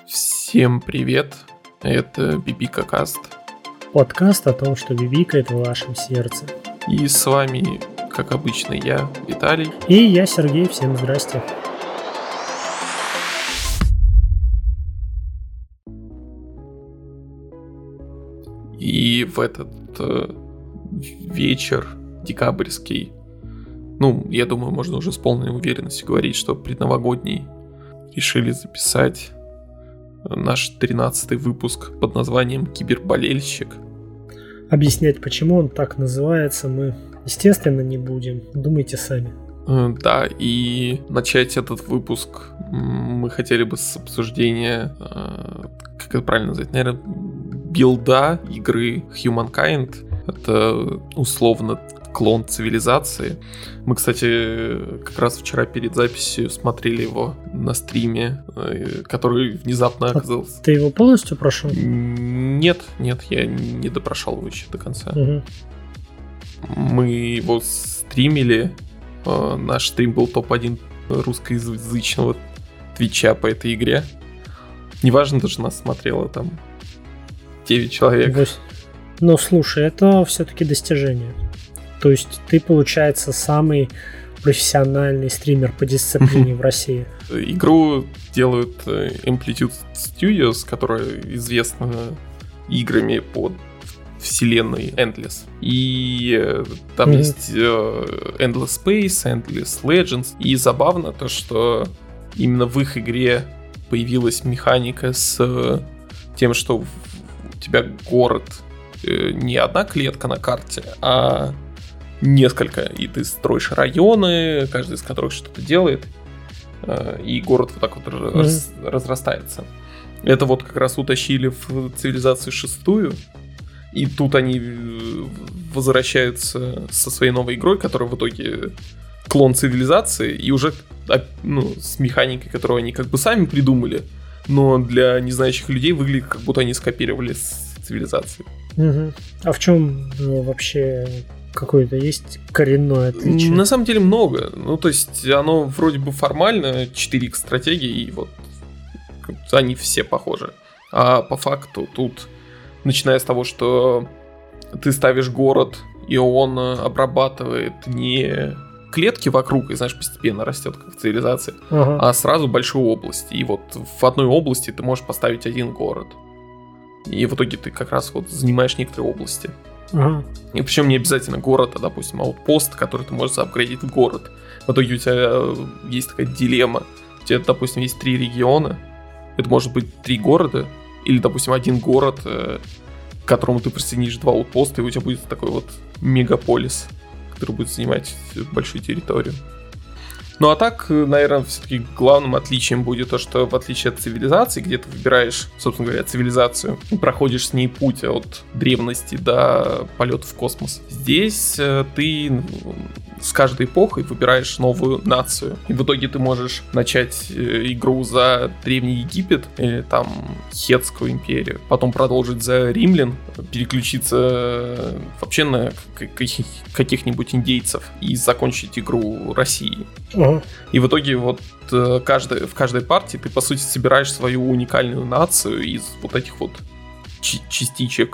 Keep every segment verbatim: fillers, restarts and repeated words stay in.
Всем привет, это Бибика Каст. Подкаст о том, что бибикает в вашем сердце. И с вами, как обычно, я, Виталий. И я, Сергей, всем здрасте. И в этот э, вечер декабрьский, ну, я думаю, можно уже с полной уверенностью говорить, что предновогодний, решили записать наш тринадцатый выпуск под названием «Киберболельщик». Объяснять, почему он так называется, мы, естественно, не будем. Думайте сами. Да, и начать этот выпуск мы хотели бы с обсуждения, как это правильно назвать, наверное, билда игры Humankind. Это условно клон цивилизации. Мы, кстати, как раз вчера перед записью смотрели его на стриме, который внезапно оказался... А ты его полностью прошел? Нет, нет, я не допрошел его еще до конца. Угу. Мы его стримили. Наш стрим был топ один русскоязычного твича по этой игре. Неважно, даже нас смотрело там девять человек. Ну, слушай, это все-таки достижение. То есть ты, получается, самый профессиональный стример по дисциплине в России. Игру делают Amplitude Studios, которая известна играми под вселенной Endless. И там mm-hmm. есть Endless Space, Endless Legends. И забавно то, что именно в их игре появилась механика с тем, что у тебя город не одна клетка на карте, а несколько, и ты строишь районы, каждый из которых что-то делает, и город вот так вот mm-hmm. раз, разрастается. Это вот как раз утащили в цивилизацию шестую, и тут они возвращаются со своей новой игрой, которая в итоге клон цивилизации, и уже ну, с механикой, которую они как бы сами придумали, но для незнающих людей выглядит, как будто они скопировали с цивилизации. Mm-hmm. А в чем ну, вообще... Какое-то есть коренное отличие? На самом деле много. Ну, то есть, оно вроде бы формально четыре икс стратегии, и вот они все похожи. А по факту тут, начиная с того, что ты ставишь город, и он обрабатывает не клетки вокруг, и, знаешь, постепенно растет как в цивилизации, ага. а сразу большую область. И вот в одной области ты можешь поставить один город. И в итоге ты как раз вот занимаешь некоторые области. Ага. И причем не обязательно город, а, допустим, аутпост, который ты можешь заапгрейдить в город. В итоге у тебя есть такая дилемма. У тебя, допустим, есть три региона. Это может быть три города. Или, допустим, один город, к которому ты присоединишь два аутпоста, и у тебя будет такой вот мегаполис, который будет занимать большую территорию. Ну а так, наверное, все-таки главным отличием будет то, что в отличие от цивилизации, где ты выбираешь, собственно говоря, цивилизацию, и проходишь с ней путь от древности до полета в космос, здесь ты с каждой эпохой выбираешь новую нацию. И в итоге ты можешь начать игру за Древний Египет или там Хеттскую империю, потом продолжить за римлян, переключиться вообще на каких-нибудь индейцев и закончить игру России. Uh-huh. И в итоге вот каждый, в каждой партии ты, по сути, собираешь свою уникальную нацию из вот этих вот ч- частичек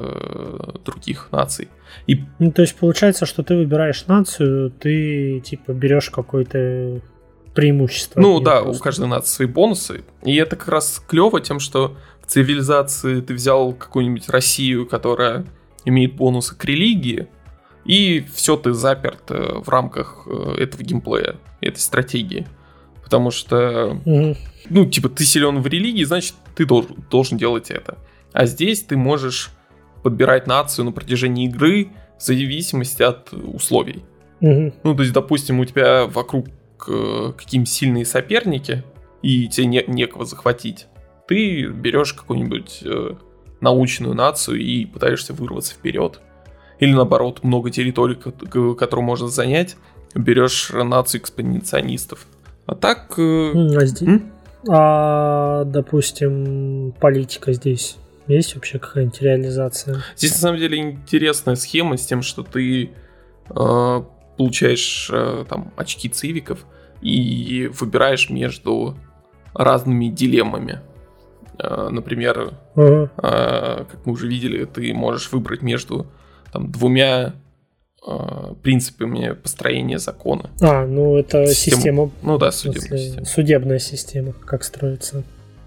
э, других наций. И... Ну, то есть получается, что ты выбираешь нацию, ты типа берешь какое-то преимущество. Ну да, просто. У каждой нации свои бонусы. И это как раз клево тем, что в цивилизации ты взял какую-нибудь Россию, которая имеет бонусы к религии, и все, ты заперт в рамках этого геймплея, этой стратегии. Потому что, угу. ну, типа, ты силен в религии, значит, ты должен, должен делать это. А здесь ты можешь подбирать нацию на протяжении игры в зависимости от условий. Угу. Ну, то есть, допустим, у тебя вокруг какие-нибудь сильные соперники, и тебе не, некого захватить. Ты берешь какую-нибудь э, научную нацию и пытаешься вырваться вперед. Или наоборот, много территорий, которые можно занять, берешь нацию экспедиционистов. А так... А, здесь... а, допустим, политика здесь есть вообще какая-нибудь реализация? Здесь на самом деле интересная схема с тем, что ты э, получаешь э, там очки цивиков и выбираешь между разными дилеммами. Например, uh-huh. как мы уже видели, ты можешь выбрать между там, двумя принципами построения закона. А, ну это система. система ну да, судебная система. Судебная система, как строится.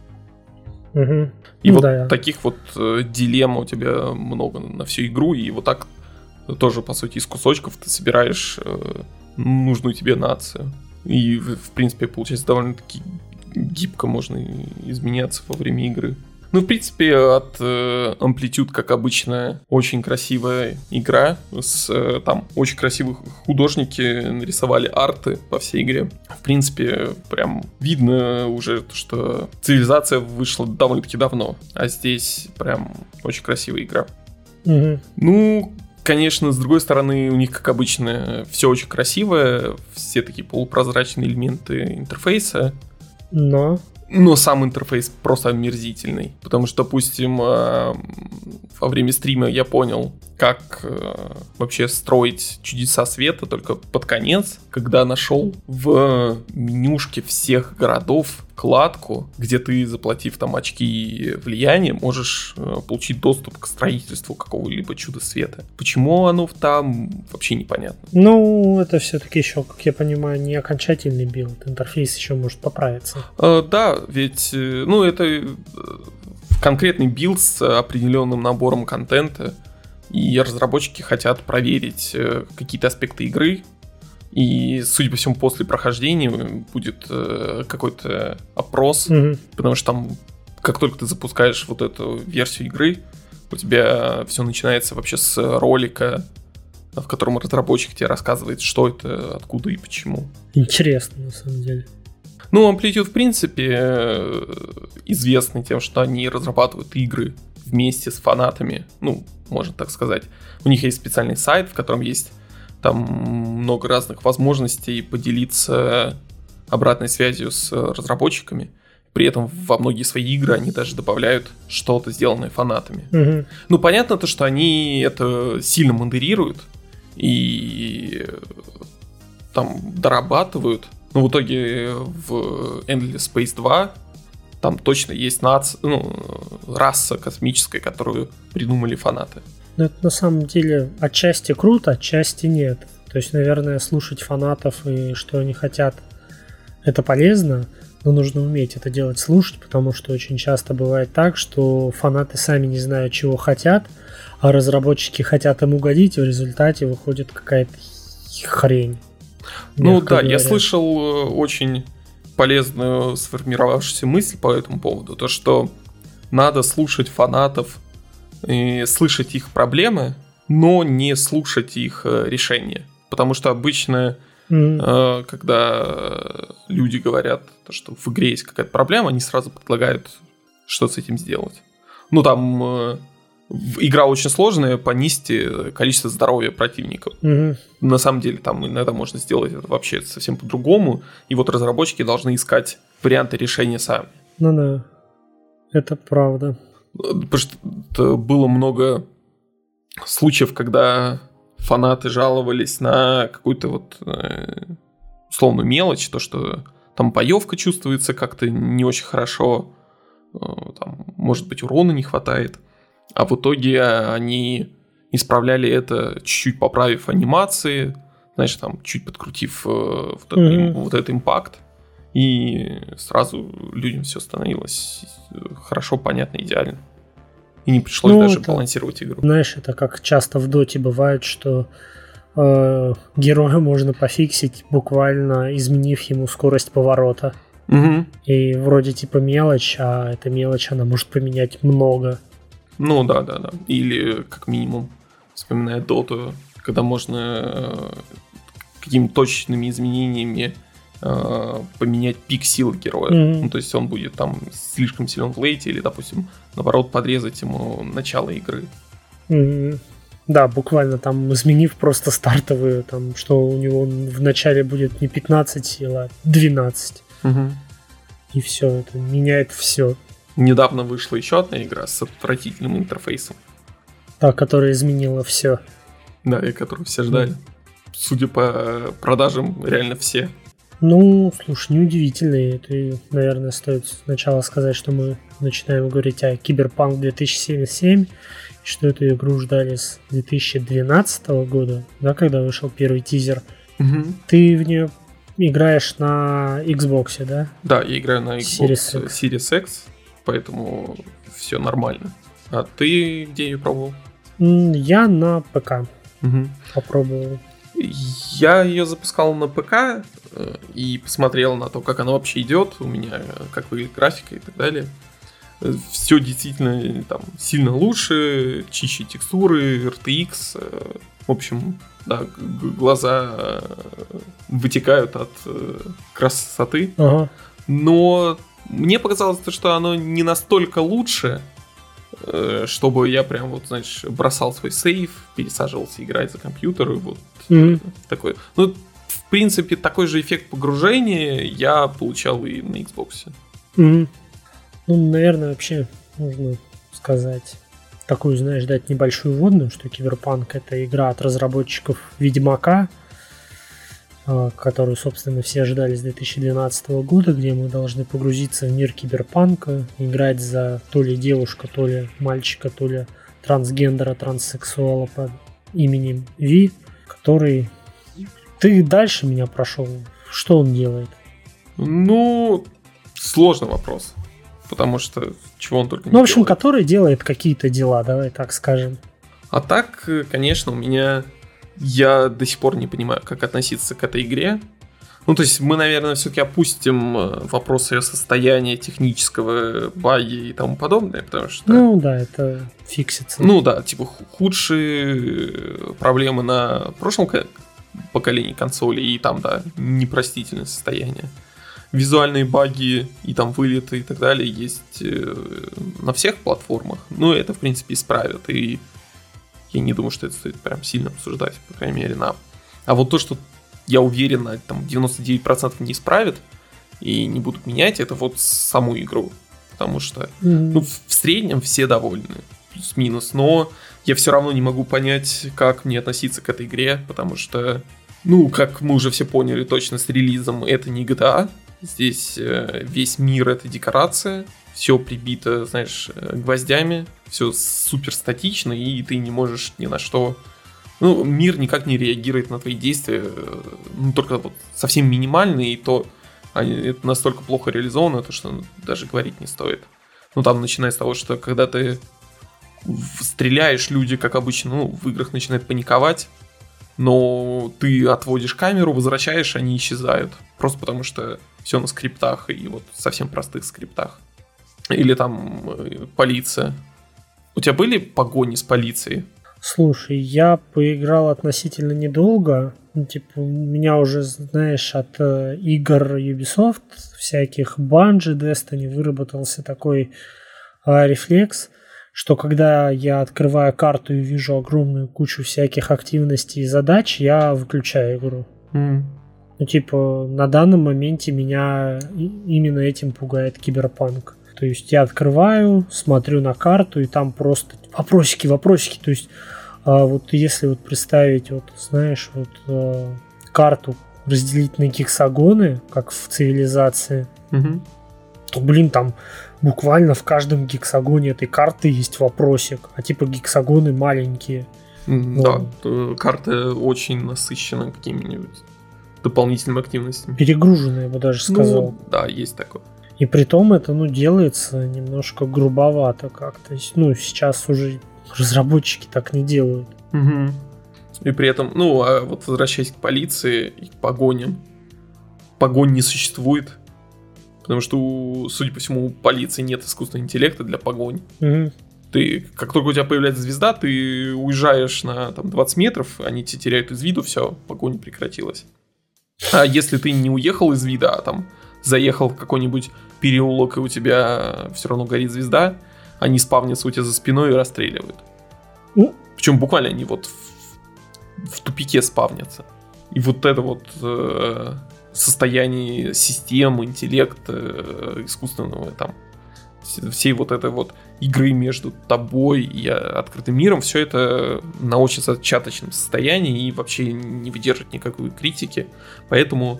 Угу. И ну, вот да. таких вот дилемм у тебя много на всю игру, и вот так тоже, по сути, из кусочков ты собираешь нужную тебе нацию. И, в принципе, получается довольно-таки гибко можно изменяться во время игры. Ну, в принципе, от э, Amplitude, как обычно, очень красивая игра. С, э, там очень красивые художники нарисовали арты по всей игре. В принципе, прям видно уже, что цивилизация вышла довольно-таки давно. А здесь прям очень красивая игра. Угу. Ну, конечно, с другой стороны, у них, как обычно, все очень красивое. Все такие полупрозрачные элементы интерфейса. Но... Но сам интерфейс просто омерзительный. Потому что, допустим, во время стрима я понял, как вообще строить чудеса света только под конец, когда нашел в менюшке всех городов вкладку, где ты, заплатив там очки влияния, можешь получить доступ к строительству какого-либо чуда света. Почему оно там, вообще непонятно. Ну, это все-таки еще, как я понимаю, не окончательный билд. Интерфейс еще может поправиться. А, да, ведь, ну, это конкретный билд с определенным набором контента, и разработчики хотят проверить какие-то аспекты игры. И, судя по всему, после прохождения будет э, какой-то опрос, mm-hmm. потому что там, как только ты запускаешь вот эту версию игры, у тебя все начинается вообще с ролика, в котором разработчик тебе рассказывает, что это, откуда и почему. Интересно, на самом деле. Ну, Amplitude, в принципе, известны тем, что они разрабатывают игры вместе с фанатами, ну, можно так сказать. У них есть специальный сайт, в котором есть там много разных возможностей поделиться обратной связью с разработчиками. При этом во многие свои игры они даже добавляют что-то, сделанное фанатами. Угу. Ну, понятно то, что они это сильно модерируют и там дорабатывают. Но в итоге в Endless Space два там точно есть нац... ну, раса космическая, которую придумали фанаты. Но это на самом деле отчасти круто, отчасти нет. То есть, наверное, слушать фанатов и что они хотят, это полезно, но нужно уметь это делать, слушать, потому что очень часто бывает так, что фанаты сами не знают, чего хотят, а разработчики хотят им угодить, и в результате выходит какая-то хрень. Ну да, говоря. Я слышал очень полезную сформировавшуюся мысль по этому поводу, то что надо слушать фанатов, и слышать их проблемы, но не слушать их решения. Потому что обычно, mm-hmm. э, когда люди говорят, что в игре есть какая-то проблема, они сразу предлагают, что с этим сделать. Ну, там э, игра очень сложная, понизьте количество здоровья противников. Mm-hmm. На самом деле, там иногда можно сделать это вообще совсем по-другому. И вот разработчики должны искать варианты решения сами. Ну да, это правда. Потому что было много случаев, когда фанаты жаловались на какую-то вот э, условную мелочь, то, что там боевка чувствуется как-то не очень хорошо, э, там, может быть, урона не хватает, а в итоге они исправляли это, чуть-чуть поправив анимации, знаешь, там, чуть подкрутив э, вот, mm-hmm. этот, вот этот импакт, и сразу людям все становилось хорошо, понятно, идеально. И не пришлось ну, даже это, балансировать игру. Знаешь, это как часто в доте бывает, что э, героя можно пофиксить, буквально изменив ему скорость поворота. Угу. И вроде типа мелочь, а эта мелочь, она может поменять много. Ну да, да, да. Или как минимум, вспоминая доту, когда можно э, какими-то точечными изменениями поменять пик силы героя. Mm-hmm. Ну, то есть он будет там слишком силен в лейте, или, допустим, наоборот, подрезать ему начало игры. Mm-hmm. Да, буквально там изменив просто стартовую, там, что у него в начале будет не пятнадцать сил, а двенадцать. Mm-hmm. И все, это меняет все. Недавно вышла еще одна игра с отвратительным интерфейсом. Та, которая изменила все. Да, и которую все ждали. Mm-hmm. Судя по продажам, реально все. Ну, слушай, неудивительно. Это, наверное, стоит сначала сказать, что мы начинаем говорить о Киберпанк две тысячи семьдесят семь, что эту игру ждали с две тысячи двенадцатого года, да, когда вышел первый тизер. Угу. Ты в нее играешь на Xbox, да? Да, я играю на Xbox Series X. Series X, поэтому все нормально. А ты где ее пробовал? Я на ПК Угу. попробовал. Я ее запускал на ПК и посмотрел на то, как она вообще идет, у меня как выглядит графика и так далее. Все действительно там сильно лучше, чище текстуры, эр ти экс. В общем, да, глаза вытекают от красоты. Ага. Но мне показалось, что оно не настолько лучше, чтобы я прям вот, знаешь, бросал свой сейв, пересаживался играть за компьютер и вот mm-hmm. такой. Ну, в принципе, такой же эффект погружения я получал и на Xbox. Mm-hmm. Ну, наверное, вообще нужно сказать такую, знаешь, дать небольшую вводную, что Киберпанк — это игра от разработчиков Ведьмака, которую, собственно, все ожидали с две тысячи двенадцатого года, где мы должны погрузиться в мир киберпанка, играть за то ли девушка, то ли мальчика, то ли трансгендера, транссексуала под именем Ви, который... Ты дальше меня прошел. Что он делает? Ну, сложный вопрос. Потому что чего он только не Ну, в общем, делает. который делает какие-то дела, давай так скажем. А так, конечно, у меня... Я до сих пор не понимаю, как относиться к этой игре. Ну, то есть мы, наверное, все-таки опустим вопросы ее состояния технического, баги и тому подобное, потому что... Ну, да, это фиксится. Ну, да, типа худшие проблемы на прошлом поколении консолей, и там, да, непростительное состояние. Визуальные баги и там вылеты и так далее есть на всех платформах. Ну, это, в принципе, исправят, и... Я не думаю, что это стоит прям сильно обсуждать, по крайней мере, нам. А вот то, что я уверен, там девяносто девять процентов не исправят и не будут менять, это вот саму игру. Потому что mm-hmm. ну, в среднем все довольны, плюс-минус. Но я все равно не могу понять, как мне относиться к этой игре, потому что, ну, как мы уже все поняли точно с релизом, это не джи ти эй. Здесь э, весь мир — это декорация. Все прибито, знаешь, гвоздями, все супер статично, и ты не можешь ни на что... Ну, мир никак не реагирует на твои действия, ну, только вот совсем минимальные, и то это настолько плохо реализовано, то, что даже говорить не стоит. Ну, там, начиная с того, что когда ты стреляешь, люди, как обычно, ну, в играх начинают паниковать, но ты отводишь камеру, возвращаешь, они исчезают. Просто потому что все на скриптах, и вот совсем простых скриптах. Или там э, полиция. У тебя были погони с полицией? Слушай, я поиграл относительно недолго. Ну, типа, у меня уже, знаешь, от э, игр Ubisoft, всяких Bungie, Destiny, выработался такой э, рефлекс, что когда я открываю карту и вижу огромную кучу всяких активностей и задач, я выключаю игру. Mm. Ну, типа, на данном моменте меня именно этим пугает Киберпанк. То есть я открываю, смотрю на карту, и там просто вопросики, вопросики. То есть а, вот если вот представить, вот знаешь, вот а, карту разделить на гексагоны, как в цивилизации, mm-hmm. то, блин, там буквально в каждом гексагоне этой карты есть вопросик, а типа гексагоны маленькие. Mm, вот. Да, карта очень насыщена какими-нибудь дополнительными активностями. Перегруженная, я бы даже сказал. Ну, да, есть такое. И при том это, ну, делается немножко грубовато как-то. Ну, сейчас уже разработчики так не делают. Угу. И при этом, ну, а вот возвращаясь к полиции и к погоням. Погонь не существует. Потому что, судя по всему, у полиции нет искусственного интеллекта для погонь. Угу. Ты, как только у тебя появляется звезда, ты уезжаешь на там, двадцать метров, они тебя теряют из виду, все, погоня прекратилась. А если ты не уехал из вида, а там заехал в какой-нибудь переулок, и у тебя все равно горит звезда, они спавнятся у тебя за спиной и расстреливают. Ну, причем буквально они вот в, в тупике спавнятся. И вот это вот э, состояние системы, интеллекта, э, искусственного там, всей вот этой вот игры между тобой и открытым миром, все это на очень зачаточном состоянии и вообще не выдержит никакой критики. Поэтому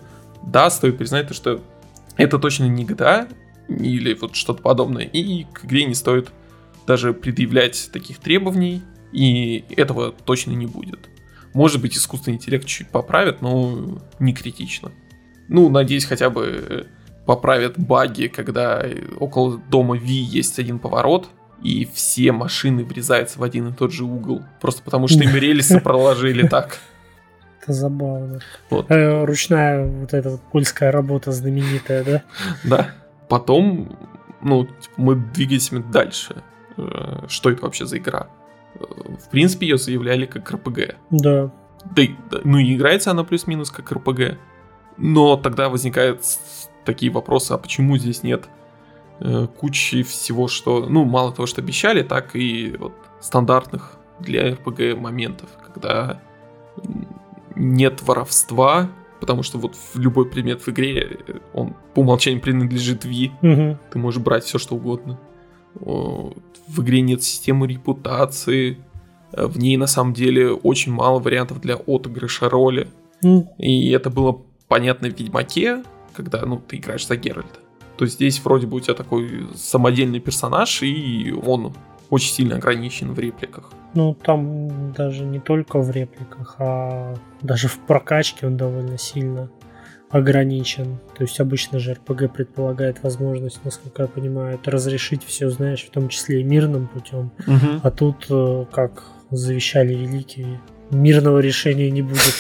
да, стоит признать то, что это точно не джи ти эй или вот что-то подобное, и к игре не стоит даже предъявлять таких требований, и этого точно не будет. Может быть, искусственный интеллект чуть поправит, но не критично. Ну, надеюсь, хотя бы поправят баги, когда около дома Ви есть один поворот, и все машины врезаются в один и тот же угол, просто потому что им рельсы проложили так. Это забавно. Вот. Ручная вот эта вот польская работа знаменитая, да? Да. Потом, ну, мы двигаемся дальше. Что это вообще за игра? В принципе, ее заявляли как эр пи джи. Да. Да, да, ну и играется она плюс-минус как эр пи джи. Но тогда возникают такие вопросы, а почему здесь нет э, кучи всего, что... Ну, мало того, что обещали, так и вот стандартных для эр пи джи моментов, когда нет воровства, потому что вот любой предмет в игре, он по умолчанию принадлежит Ви. Угу. Ты можешь брать все, что угодно. В игре нет системы репутации. В ней на самом деле очень мало вариантов для отыгрыша роли. Mm. И это было понятно в Ведьмаке, когда ну, ты играешь за Геральта. То есть здесь вроде бы у тебя такой самодельный персонаж, и он очень сильно ограничен в репликах. Ну, там даже не только в репликах, а даже в прокачке он довольно сильно ограничен. То есть обычно же эр пи джи предполагает возможность, насколько я понимаю, разрешить все, знаешь, в том числе и мирным путем. Угу. А тут, как завещали великие, мирного решения не будет.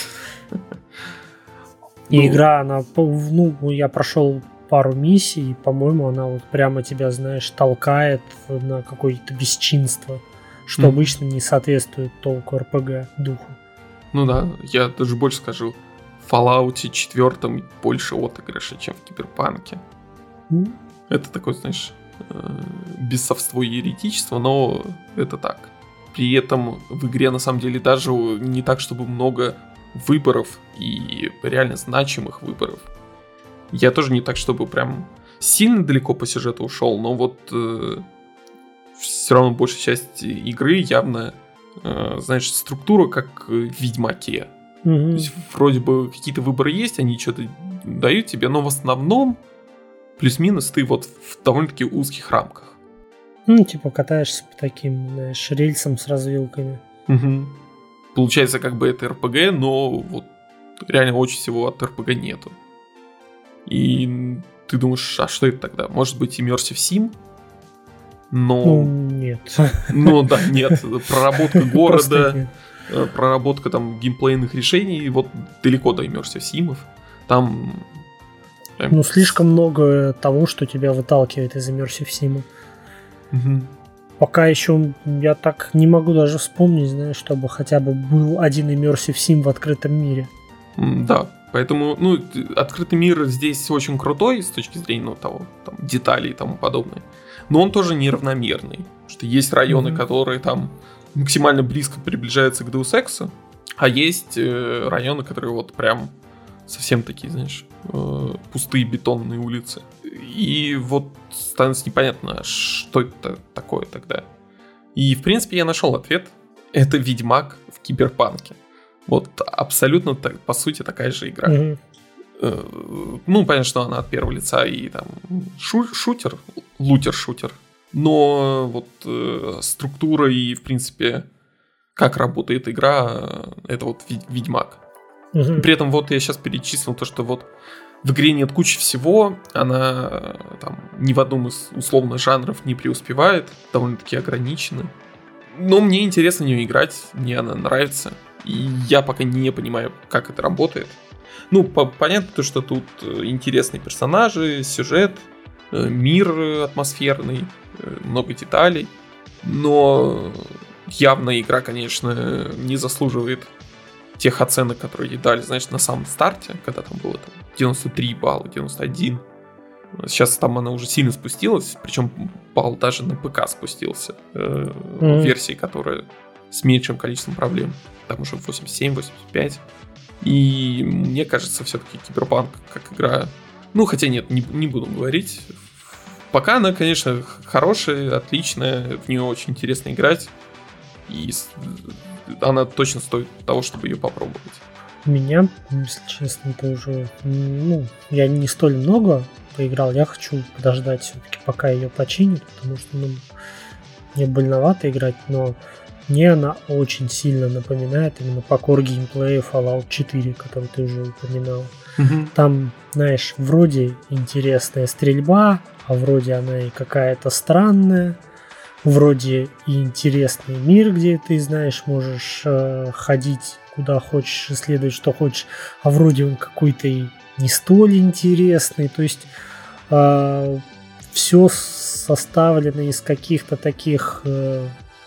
И ну, игра, она, ну, я прошел пару миссий, и, по-моему, она вот прямо тебя, знаешь, толкает на какое-то бесчинство, что mm. обычно не соответствует толку эр пи джи, духу. Ну да, я даже больше скажу, в Fallout четыре больше отыгрыша, чем в Киберпанке. Mm. Это такое, знаешь, бесовство и еретичество, но это так. При этом в игре, на самом деле, даже не так, чтобы много выборов и реально значимых выборов. Я тоже не так, чтобы прям сильно далеко по сюжету ушел, но вот э, все равно большая часть игры явно, э, знаешь, структура как в Ведьмаке. Mm-hmm. То есть вроде бы какие-то выборы есть, они что-то дают тебе, но в основном плюс-минус ты вот в довольно-таки узких рамках. Ну, типа катаешься по таким, знаешь, рельсам с развилками. Угу. Получается, как бы это эр пи джи, но вот реально очень всего от эр пи джи нету. И ты думаешь, а что это тогда? Может быть, Immersive Sim? Но... Ну, нет. Ну, да, нет. Проработка города, проработка там геймплейных решений, вот далеко до Immersive Sim'ов. Там... Ну, слишком много того, что тебя выталкивает из Immersive Sim. Угу. Пока еще я так не могу даже вспомнить, знаешь, чтобы хотя бы был один Immersive Sim в открытом мире. Да, поэтому, ну, открытый мир здесь очень крутой с точки зрения, ну, того, там, деталей и тому подобное. Но он тоже неравномерный. Потому что есть районы, mm-hmm. которые там максимально близко приближаются к Deus Ex, а есть э, районы, которые вот прям совсем такие, знаешь, э, пустые бетонные улицы. И вот становится непонятно, что это такое тогда. И, в принципе, я нашел ответ. Это Ведьмак в Киберпанке. Вот абсолютно, по сути, такая же игра. Mm-hmm. Ну, понятно, что она от первого лица и там шу- шутер, лутер-шутер. Но вот э, структура и, в принципе, как работает игра, это вот Ведьмак. Mm-hmm. При этом вот я сейчас перечислил то, что вот в игре нет кучи всего, она там ни в одном из условно жанров не преуспевает, довольно-таки ограничена. Но мне интересно в нее играть, мне она нравится. И я пока не понимаю, как это работает. Ну, по- понятно, то, что тут интересные персонажи, сюжет, мир атмосферный, много деталей. Но явно игра, конечно, не заслуживает тех оценок, которые ей дали, знаешь, на самом старте, когда там было там, девяносто три балла, девяносто один. Сейчас там она уже сильно спустилась, причем балл даже на ПК спустился. Э, mm-hmm. Версии, которая с меньшим количеством проблем. Там уже восемьдесят семь, восемьдесят пять. И мне кажется, все-таки Киберпанк как игра... Ну, хотя нет, не, не буду говорить. Пока она, конечно, хорошая, отличная, в нее очень интересно играть. И она точно стоит того, чтобы ее попробовать. У меня, если честно, это уже, ну, я не столь много поиграл, я хочу подождать все-таки, пока ее починят, потому что, ну, мне больновато играть, но мне она очень сильно напоминает именно по кор геймплею Fallout четыре, который ты уже упоминал. Мгм. Там, знаешь, вроде интересная стрельба, а вроде она и какая-то странная, вроде и интересный мир, где ты, знаешь, можешь э, ходить куда хочешь, исследовать что хочешь, а вроде он какой-то и не столь интересный, то есть э, все составлено из каких-то таких э,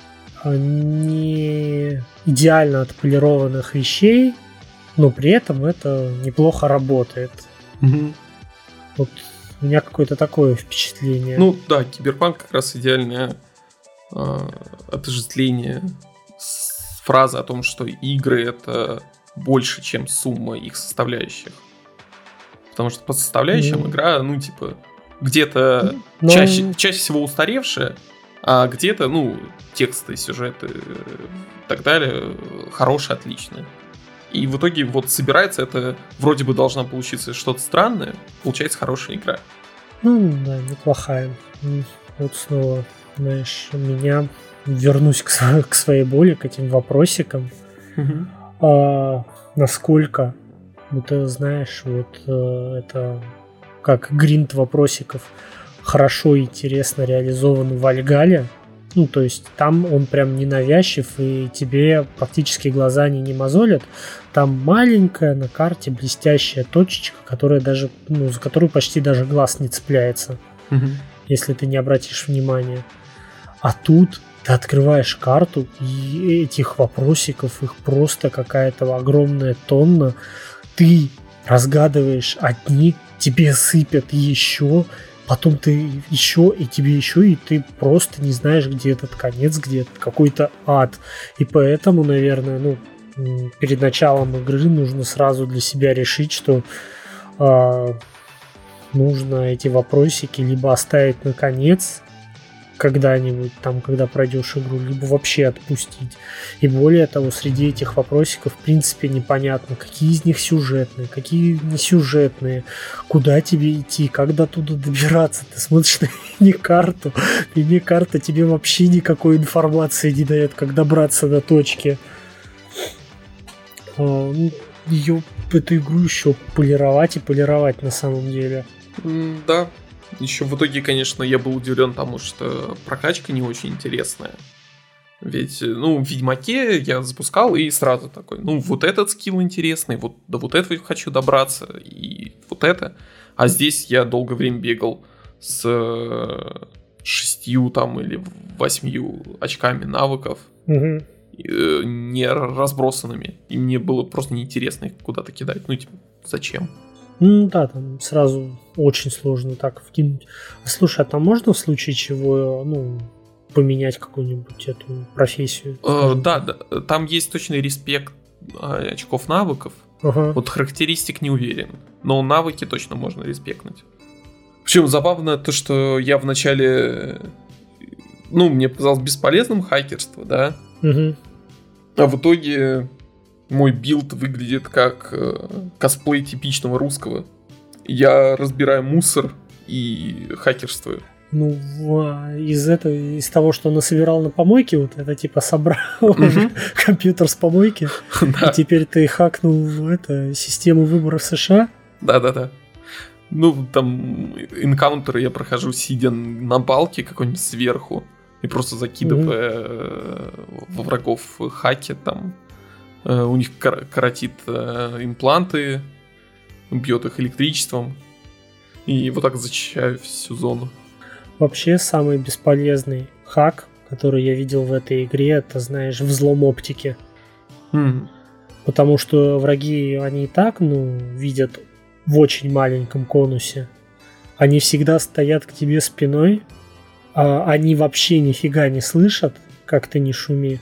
не идеально отполированных вещей, но при этом это неплохо работает. Мгм. Вот у меня какое-то такое впечатление. Ну да, Киберпанк как раз идеальное э, отождествление с фразы о том, что игры это больше, чем сумма их составляющих. Потому что по составляющим Ну. игра, ну, типа, где-то Но- чаще, чаще всего устаревшая, а где-то, ну, тексты, сюжеты и так далее хорошие, отличные. И в итоге вот собирается это, вроде бы должна получиться что-то странное, получается хорошая игра. Ну, да, неплохая. М, Вот снова, знаешь, меня вернусь к, сво- к своей боли, к этим вопросикам. А, насколько, ну, ты знаешь, вот э, это как гринд вопросиков хорошо и интересно реализован в Вальгале. Ну, то есть там он прям ненавязчив, и тебе практически глаза не, не мозолят. Там маленькая на карте блестящая точечка, которая даже, ну, за которую почти даже глаз не цепляется, Мгм. если ты не обратишь внимания. А тут ты открываешь карту, и этих вопросиков, их просто какая-то огромная тонна. Ты разгадываешь одни, тебе сыпят еще, потом ты еще, и тебе еще, и ты просто не знаешь, где этот конец, где этот какой-то ад. И поэтому, наверное, ну, м, перед началом игры нужно сразу для себя решить, что а, нужно эти вопросики либо оставить на конец когда-нибудь, там, когда пройдешь игру, либо вообще отпустить. И более того, среди этих вопросиков, в принципе, непонятно, какие из них сюжетные, какие не сюжетные, куда тебе идти, как до туда добираться. Ты смотришь на мини-карту, мини-карта тебе вообще никакой информации не дает, как добраться до точки. Ее, эту игру еще полировать и полировать на самом деле. М, Да. Еще в итоге, конечно, я был удивлен тому, что прокачка не очень интересная. Ведь, ну, в Ведьмаке я запускал и сразу такой, ну, вот этот скилл интересный, вот до вот этого хочу добраться, и вот это. А здесь я долгое время бегал с э, шестью там или восьмью очками навыков, Угу. э, не разбросанными. И мне было просто неинтересно их куда-то кидать. Ну, типа, зачем? Ну да, там сразу очень сложно так вкинуть. А слушай, а там можно в случае чего, ну, поменять какую-нибудь эту профессию? Э, скажем? да, да, там есть точный респект э, очков навыков. Ага. Вот характеристик не уверен, но навыки точно можно респектнуть. Причем забавно то, что я вначале, ну, мне показалось бесполезным хакерство, да, Угу. а в итоге мой билд выглядит как э, косплей типичного русского. Я разбираю мусор и хакерствую. Ну, в- из этого, из того, что насобирал на помойке, вот это типа собрал Мгм. компьютер с помойки, Да. и теперь ты хакнул в это, систему выборов США. Да-да-да. Ну, там энкаунтеры я прохожу, сидя на балке какой-нибудь сверху, и просто закидывая э, во врагов хаки, там э, у них кор- коротит э, импланты, бьет их электричеством, и вот так зачищаю всю зону. Вообще, самый бесполезный хак, который я видел в этой игре, это, знаешь, взлом оптики. М. Потому что враги, они и так, ну, видят в очень маленьком конусе. Они всегда стоят к тебе спиной, а они вообще нифига не слышат, как ты не шуми.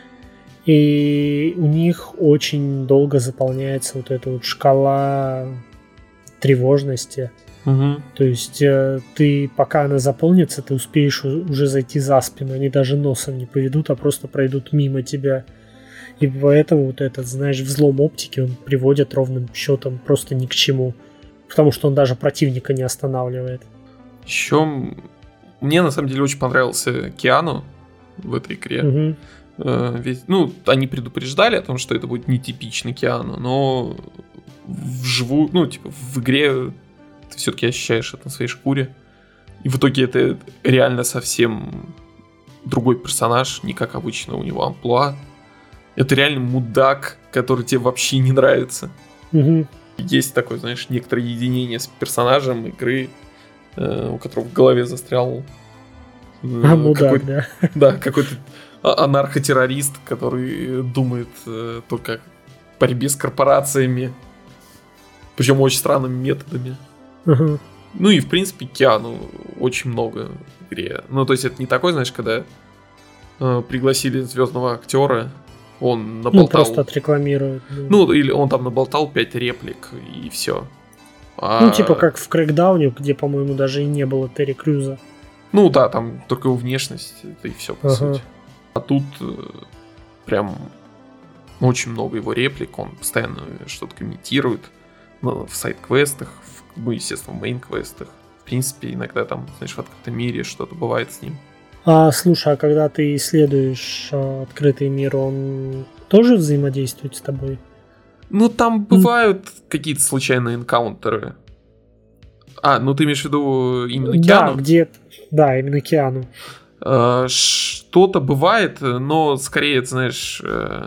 И у них очень долго заполняется вот эта вот шкала тревожности. Мгм. То есть э, ты, пока она заполнится, ты успеешь у- уже зайти за спину. Они даже носом не поведут, а просто пройдут мимо тебя. И поэтому вот этот, знаешь, взлом оптики он приводит ровным счетом просто ни к чему. Потому что он даже противника не останавливает. Еще мне на самом деле очень понравился Киану в этой игре. Угу. Э, ведь, ну, они предупреждали о том, что это будет нетипичный Киану, но вживую, ну, типа, в игре ты все-таки ощущаешь это на своей шкуре. И в итоге это реально совсем другой персонаж, не как обычно у него амплуа. Это реально мудак, который тебе вообще не нравится. Угу. Есть такое, знаешь, некоторое единение с персонажем игры, э, у которого в голове застрял э, а, мудак, какой-то, да. Да, какой-то анархотеррорист, который думает э, только о борьбе с корпорациями, причем очень странными методами. Угу. Ну и, в принципе, Киану очень много в игре. Ну, то есть это не такой, знаешь, когда э, пригласили звездного актера, он наболтал... Ну, просто отрекламируют. Да. Ну, или он там наболтал пять реплик, и все. А... Ну, типа как в Крэкдауне, где, по-моему, даже и не было Терри Крюза. Ну, да, там только его внешность, это и все, по ага. сути. А тут э, прям очень много его реплик, он постоянно что-то комментирует, ну, в сайд-квестах, в, ну, естественно, в мейн-квестах. В принципе, иногда там, знаешь, в открытом мире что-то бывает с ним. А, слушай, а когда ты исследуешь а, открытый мир, он тоже взаимодействует с тобой? Ну, там бывают mm. какие-то случайные энкаунтеры. А, ну ты имеешь в виду именно Киану? Да, где... да, именно Киану. А, что-то бывает, но скорее, это, знаешь,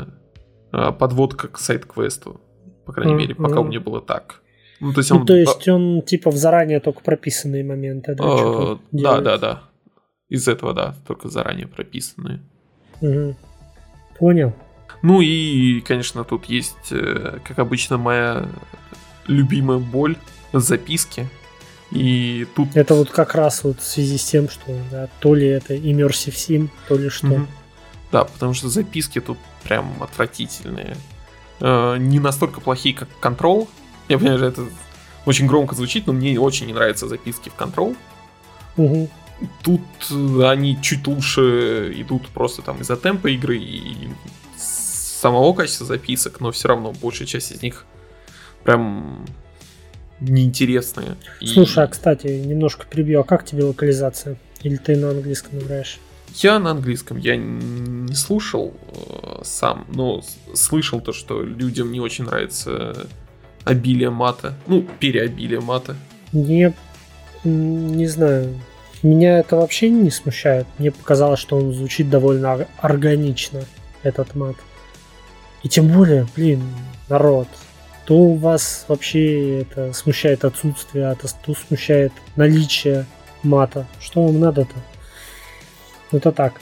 подводка к сайд-квесту. По крайней а, мере, пока а. у меня было так. Ну, то есть, ну, он... то есть он типа в заранее только прописанные моменты, да? А, да, да, да. Из этого, да, только заранее прописанные. Угу. Понял. Ну и, конечно, тут есть, как обычно, моя любимая боль — записки. И тут... Это вот как раз вот в связи с тем, что да, то ли это Immersive Sim, то ли что. Угу. Да, потому что записки тут прям отвратительные. Э, не настолько плохие, как Control. Я понимаю, что это очень громко звучит, но мне очень не нравятся записки в Control. Угу. Тут они чуть лучше идут просто там из-за темпа игры и самого качества записок, но все равно большая часть из них прям неинтересные. Слушай, и... а кстати, немножко перебью, а как тебе локализация? Или ты на английском играешь? Я на английском, я не слушал э, сам, но слышал то, что людям не очень нравится обилие мата, ну, переобилие мата. Не, не знаю. Меня это вообще не смущает. Мне показалось, что он звучит довольно органично, этот мат. И тем более, блин, народ, то у вас вообще это смущает отсутствие, а то смущает наличие мата. Что вам надо-то? Это так.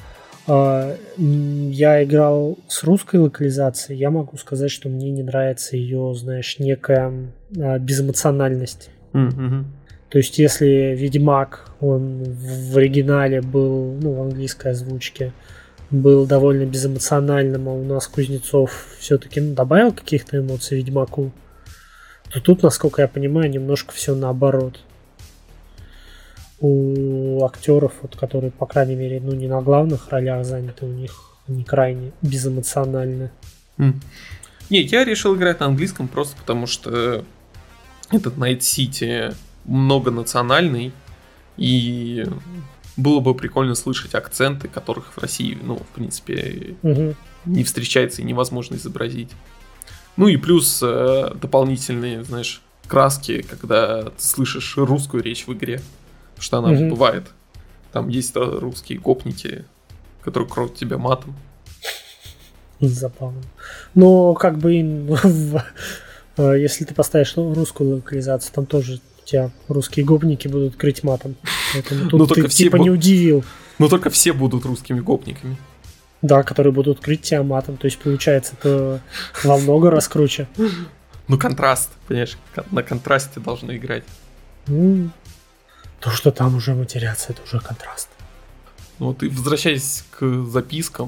Я играл с русской локализацией. Я могу сказать, что мне не нравится ее, знаешь, некая безэмоциональность. Mm-hmm. То есть, если Ведьмак, он в оригинале был, ну, в английской озвучке, был довольно безэмоциональным, а у нас Кузнецов все-таки ну, добавил каких-то эмоций Ведьмаку, то тут, насколько я понимаю, немножко все наоборот. У актеров, вот, которые, по крайней мере, ну, не на главных ролях заняты, у них они крайне безэмоциональны. Mm. Не, я решил играть на английском просто потому, что этот Night City многонациональный, и было бы прикольно слышать акценты, которых в России, ну, в принципе, угу. не встречается и невозможно изобразить. Ну и плюс э, дополнительные, знаешь, краски, когда ты слышишь русскую речь в игре, потому что она угу. бывает. Там есть русские гопники, которые кроют тебя матом. Забавно. Но как бы если ты поставишь русскую локализацию, там тоже тебя русские гопники будут крыть матом. Поэтому тут ты типа бу... не удивил. Но только все будут русскими гопниками. Да, которые будут крыть тебя матом. То есть получается это во много раз круче. Ну контраст, понимаешь, на контрасте должны играть. Ну, то, что там уже матерятся, это уже контраст. Ну вот и возвращаясь к запискам,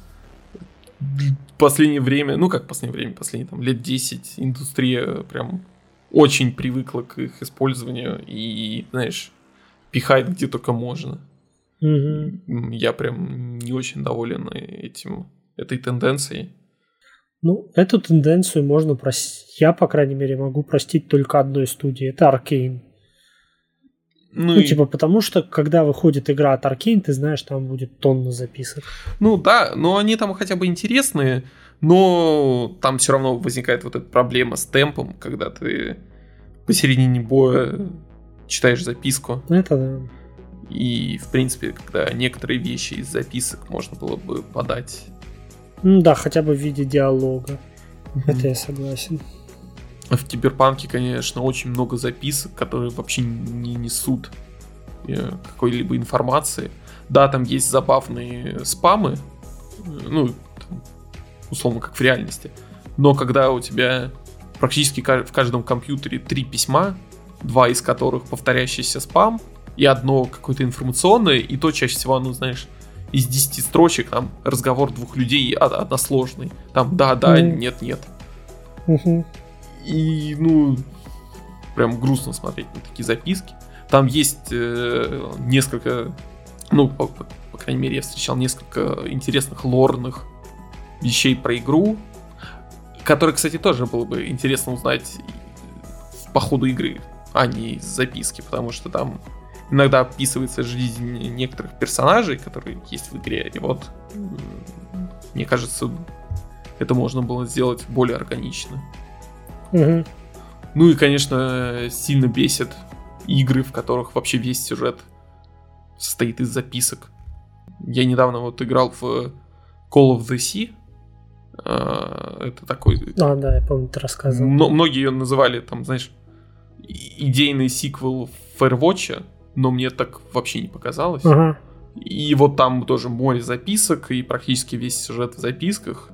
в последнее время, ну как в последнее время, последние там лет десять индустрия прям очень привыкла к их использованию и, знаешь, пихает где только можно. Mm-hmm. Я прям не очень доволен этим, этой тенденцией. Ну, эту тенденцию можно простить. Я, по крайней мере, могу простить только одной студии. Это Arcane. Ну, ну и... типа, потому что, когда выходит игра от Arcane, ты знаешь, там будет тонна записок. Ну, да, но они там хотя бы интересные, но там все равно возникает вот эта проблема с темпом, когда ты посередине боя читаешь записку. Это да. И, в принципе, когда некоторые вещи из записок можно было бы подать. Ну да, хотя бы в виде диалога. Mm-hmm. Это я согласен. В Киберпанке, конечно, очень много записок, которые вообще не несут какой-либо информации. Да, там есть забавные спамы, ну, условно, как в реальности. Но когда у тебя практически в каждом компьютере три письма, два из которых повторяющийся спам, и одно какое-то информационное, и то чаще всего, ну, знаешь, из десяти строчек там разговор двух людей односложный. Там да-да, mm. нет-нет. Mm-hmm. И, ну, прям грустно смотреть на такие записки. Там есть э, несколько, ну, по, по, по крайней мере, я встречал несколько интересных лорных вещей про игру, которые, кстати, тоже было бы интересно узнать по ходу игры, а не из записки, потому что там иногда описывается жизнь некоторых персонажей, которые есть в игре, и вот, мне кажется, это можно было сделать более органично. Угу. Ну и, конечно, сильно бесит игры, в которых вообще весь сюжет состоит из записок. Я недавно вот играл в Call of the Sea. Это такой... А, да, я помню, ты рассказывал. М- многие ее называли, там, знаешь, идейный сиквел Firewatch, но мне так вообще не показалось. Ага. И вот там тоже море записок, и практически весь сюжет в записках.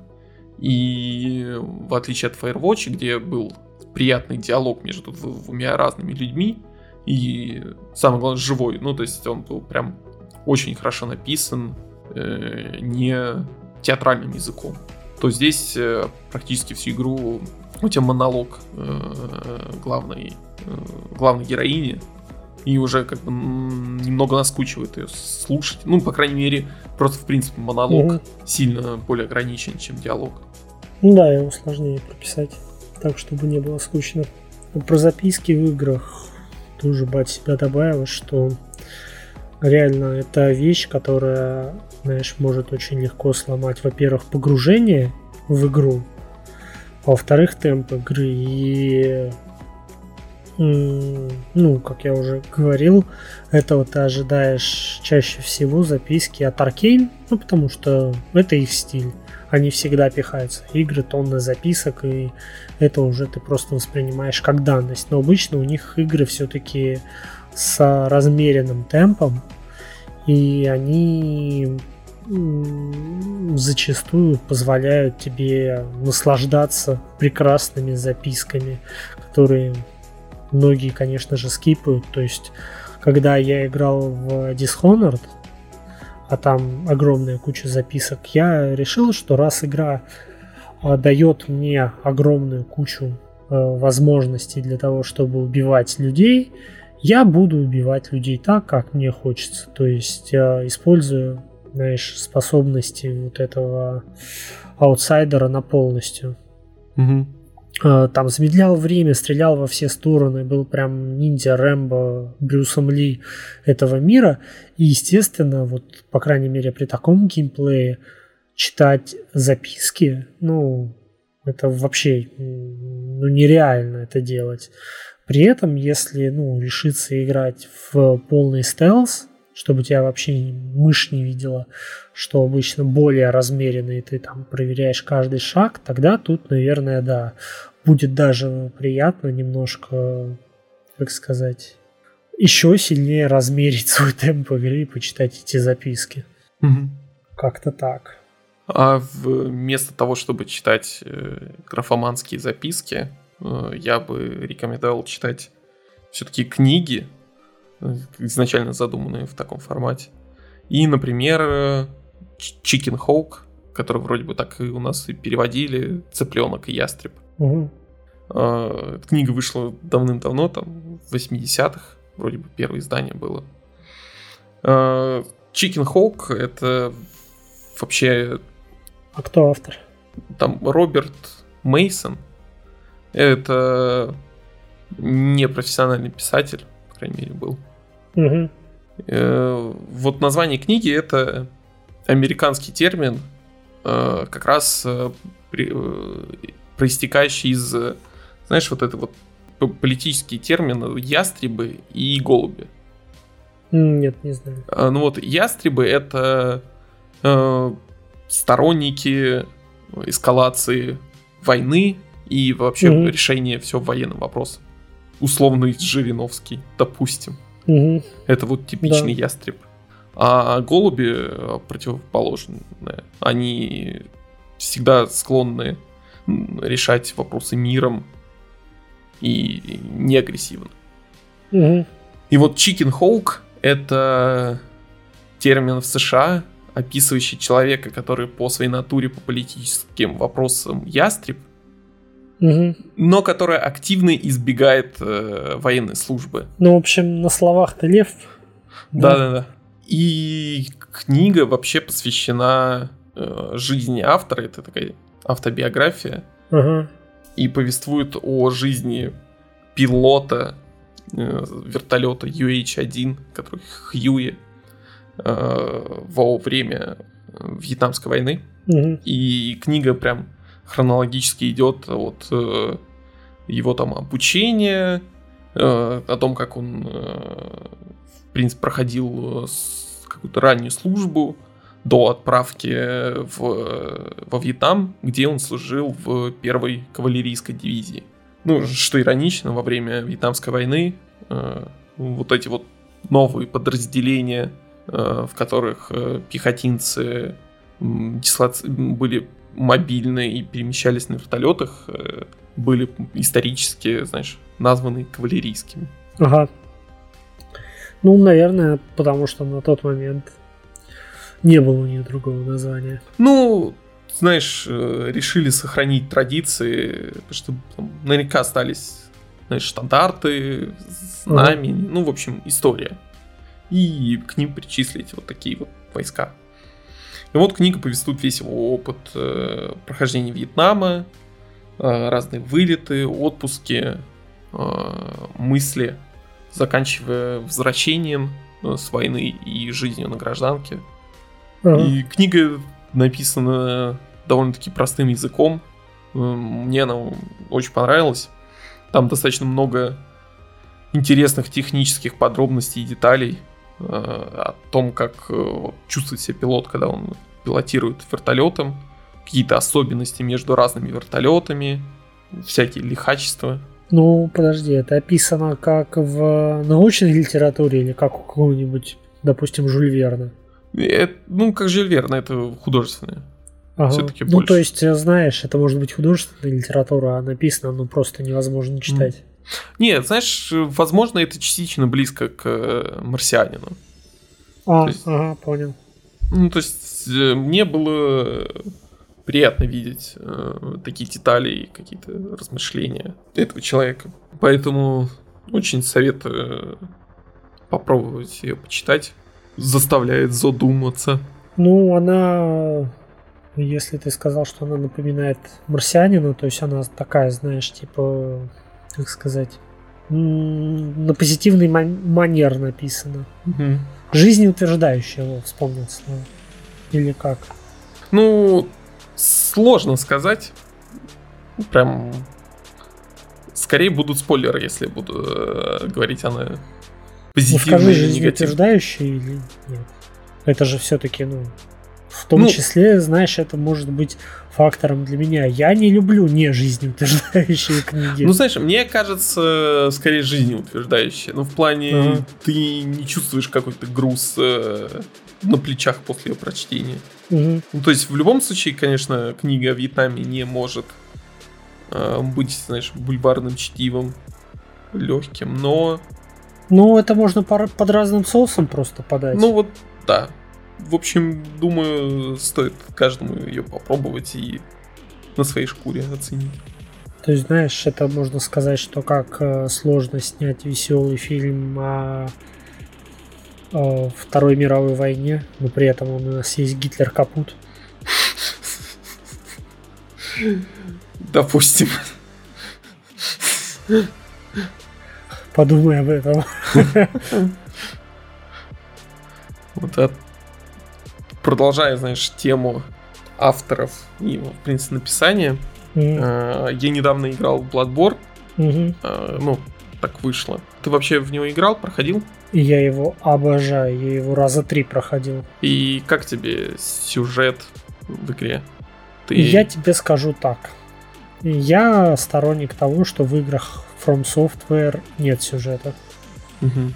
И в отличие от Firewatch, где был приятный диалог между двумя разными людьми, и самое главное, живой, ну, то есть он был прям очень хорошо написан, э, не театральным языком, то здесь э, практически всю игру у тебя монолог э, главной, э, главной героини, и уже как бы немного наскучивает ее слушать. Ну, по крайней мере, просто в принципе монолог угу. сильно более ограничен, чем диалог. Ну да, его сложнее прописать, так, чтобы не было скучно. Про записки в играх тоже бы от себя добавила, что реально это вещь, которая, знаешь, может очень легко сломать, во-первых, погружение в игру, а во-вторых, темп игры. И, ну, как я уже говорил, этого ты ожидаешь чаще всего записки от Arcane, ну, потому что это их стиль. Они всегда пихаются. Игры, тонны записок, и это уже ты просто воспринимаешь как данность. Но обычно у них игры все-таки с размеренным темпом, и они зачастую позволяют тебе наслаждаться прекрасными записками, которые многие, конечно же, скипают. То есть, когда я играл в Dishonored, а там огромная куча записок, я решил, что раз игра э, дает мне огромную кучу э, возможностей для того, чтобы убивать людей, я буду убивать людей так, как мне хочется. То есть э, использую, знаешь, способности вот этого аутсайдера на полностью. Угу. Э, там замедлял время, стрелял во все стороны, был прям ниндзя Рэмбо, Брюсом Ли этого мира. И, естественно, вот, по крайней мере, при таком геймплее читать записки, ну, это вообще ну, нереально это делать. При этом, если, ну, решиться играть в полный стелс, чтобы тебя вообще мышь не видела, что обычно более размеренный, ты там проверяешь каждый шаг, тогда тут, наверное, да, будет даже приятно немножко, как сказать, еще сильнее размерить свой темп игры и почитать эти записки. Угу. Как-то так. А вместо того, чтобы читать э, графоманские записки, э, я бы рекомендовал читать все-таки книги, э, изначально задуманные в таком формате. И, например, э, Chicken Hawk, который вроде бы так и у нас и переводили, «Цыпленок и ястреб». Угу. Э, книга вышла давным-давно, там, в восьмидесятых. Вроде бы первое издание было. Chicken Hawk — это вообще... А кто автор? там Роберт Мейсон. Это не профессиональный писатель, по крайней мере, был. Угу. Э, вот название книги — это американский термин, э, как раз э, при, э, проистекающий из, знаешь, вот это вот политический термин ястребы и голуби. Нет, не знаю. А, ну вот ястребы — это э, сторонники эскалации войны и вообще mm-hmm. решения всего военного вопроса. Условный Жириновский, допустим. Mm-hmm. Это вот типичный да. ястреб. А голуби противоположные. Они всегда склонны решать вопросы миром и не агрессивно. Mm-hmm. И вот Chicken Hawk — это термин в США, описывающий человека, который по своей натуре, по политическим вопросам ястреб, угу. но который активно избегает э, военной службы. Ну, в общем, на словах-то лев. Да-да-да. И книга вообще посвящена э, жизни автора, это такая автобиография, ага. и повествует о жизни пилота э, вертолета ю эйч один, который Хьюи, во время Вьетнамской войны. Mm-hmm. И книга прям хронологически идет от э, его там обучения, э, о том, как он э, в принципе проходил какую-то раннюю службу до отправки в, во Вьетнам, где он служил в первой кавалерийской дивизии. Ну, что иронично, во время Вьетнамской войны э, вот эти вот новые подразделения, в которых пехотинцы были мобильны и перемещались на вертолетах, были исторически, знаешь, названы кавалерийскими. Ага. Ну, наверное, потому что на тот момент не было у них другого названия. Ну, знаешь, решили сохранить традиции, потому что там, наверняка остались, знаешь, стандарты, знамени, ага. ну, в общем, история. И к ним причислить вот такие вот войска. И вот книга повествует весь его опыт э, прохождения Вьетнама, э, разные вылеты, отпуски, э, мысли, заканчивая возвращением э, с войны и жизнью на гражданке. Uh-huh. И книга написана довольно-таки простым языком. Э, мне она очень понравилась. Там достаточно много интересных технических подробностей и деталей о том, как чувствует себя пилот, когда он пилотирует вертолетом, какие-то особенности между разными вертолетами, всякие лихачества. Ну, подожди, это описано как в научной литературе или как у какого-нибудь, допустим, Жюль Верна? Это, ну, как Жюль Верна, это художественное. Ага. Все-таки ну, больше. То есть, знаешь, это может быть художественная литература, а написано, ну, просто невозможно читать. Mm. Нет, знаешь, возможно, это частично близко к «Марсианину». А, есть, ага, понял. Ну, то есть, мне было приятно видеть э, такие детали и какие-то размышления этого человека. Поэтому очень советую попробовать ее почитать. Заставляет задуматься. Ну, она... Если ты сказал, что она напоминает «Марсианина», то есть она такая, знаешь, типа... как сказать, на позитивный манер написано. Угу. Жизнеутверждающее, вот, вспомнил слово. Или как? Ну, сложно сказать. Прям... Скорее будут спойлеры, если буду э, говорить, она позитивная ну, скажи, или жизнеутверждающее или нет? Это же все-таки, ну... В том ну, числе, знаешь, это может быть фактором для меня. Я не люблю не жизнеутверждающие книги. Ну, знаешь, мне кажется, скорее жизнеутверждающие. Ну, в плане, ага. ты не чувствуешь какой-то груз э, на плечах после ее прочтения. Угу. Ну, то есть, в любом случае, конечно, книга о Вьетнаме не может э, быть, знаешь, бульварным чтивом, легким, но... Ну, это можно под разным соусом просто подать. Ну, вот, да. В общем, думаю, стоит каждому ее попробовать и на своей шкуре оценить. То есть, знаешь, это можно сказать, что как э, сложно снять веселый фильм о, о Второй мировой войне, но при этом у нас есть Гитлер капут. Допустим. Подумай об этом. Вот от... Продолжая, знаешь, тему авторов и, в принципе, написания. Mm-hmm. Я недавно играл в Bloodborne. Mm-hmm. Ну, так вышло. Ты вообще в него играл, проходил? Я его обожаю, я его раза три проходил. И как тебе сюжет в игре? Ты... Я тебе скажу так. Я сторонник того, что в играх From Software нет сюжета. Угу.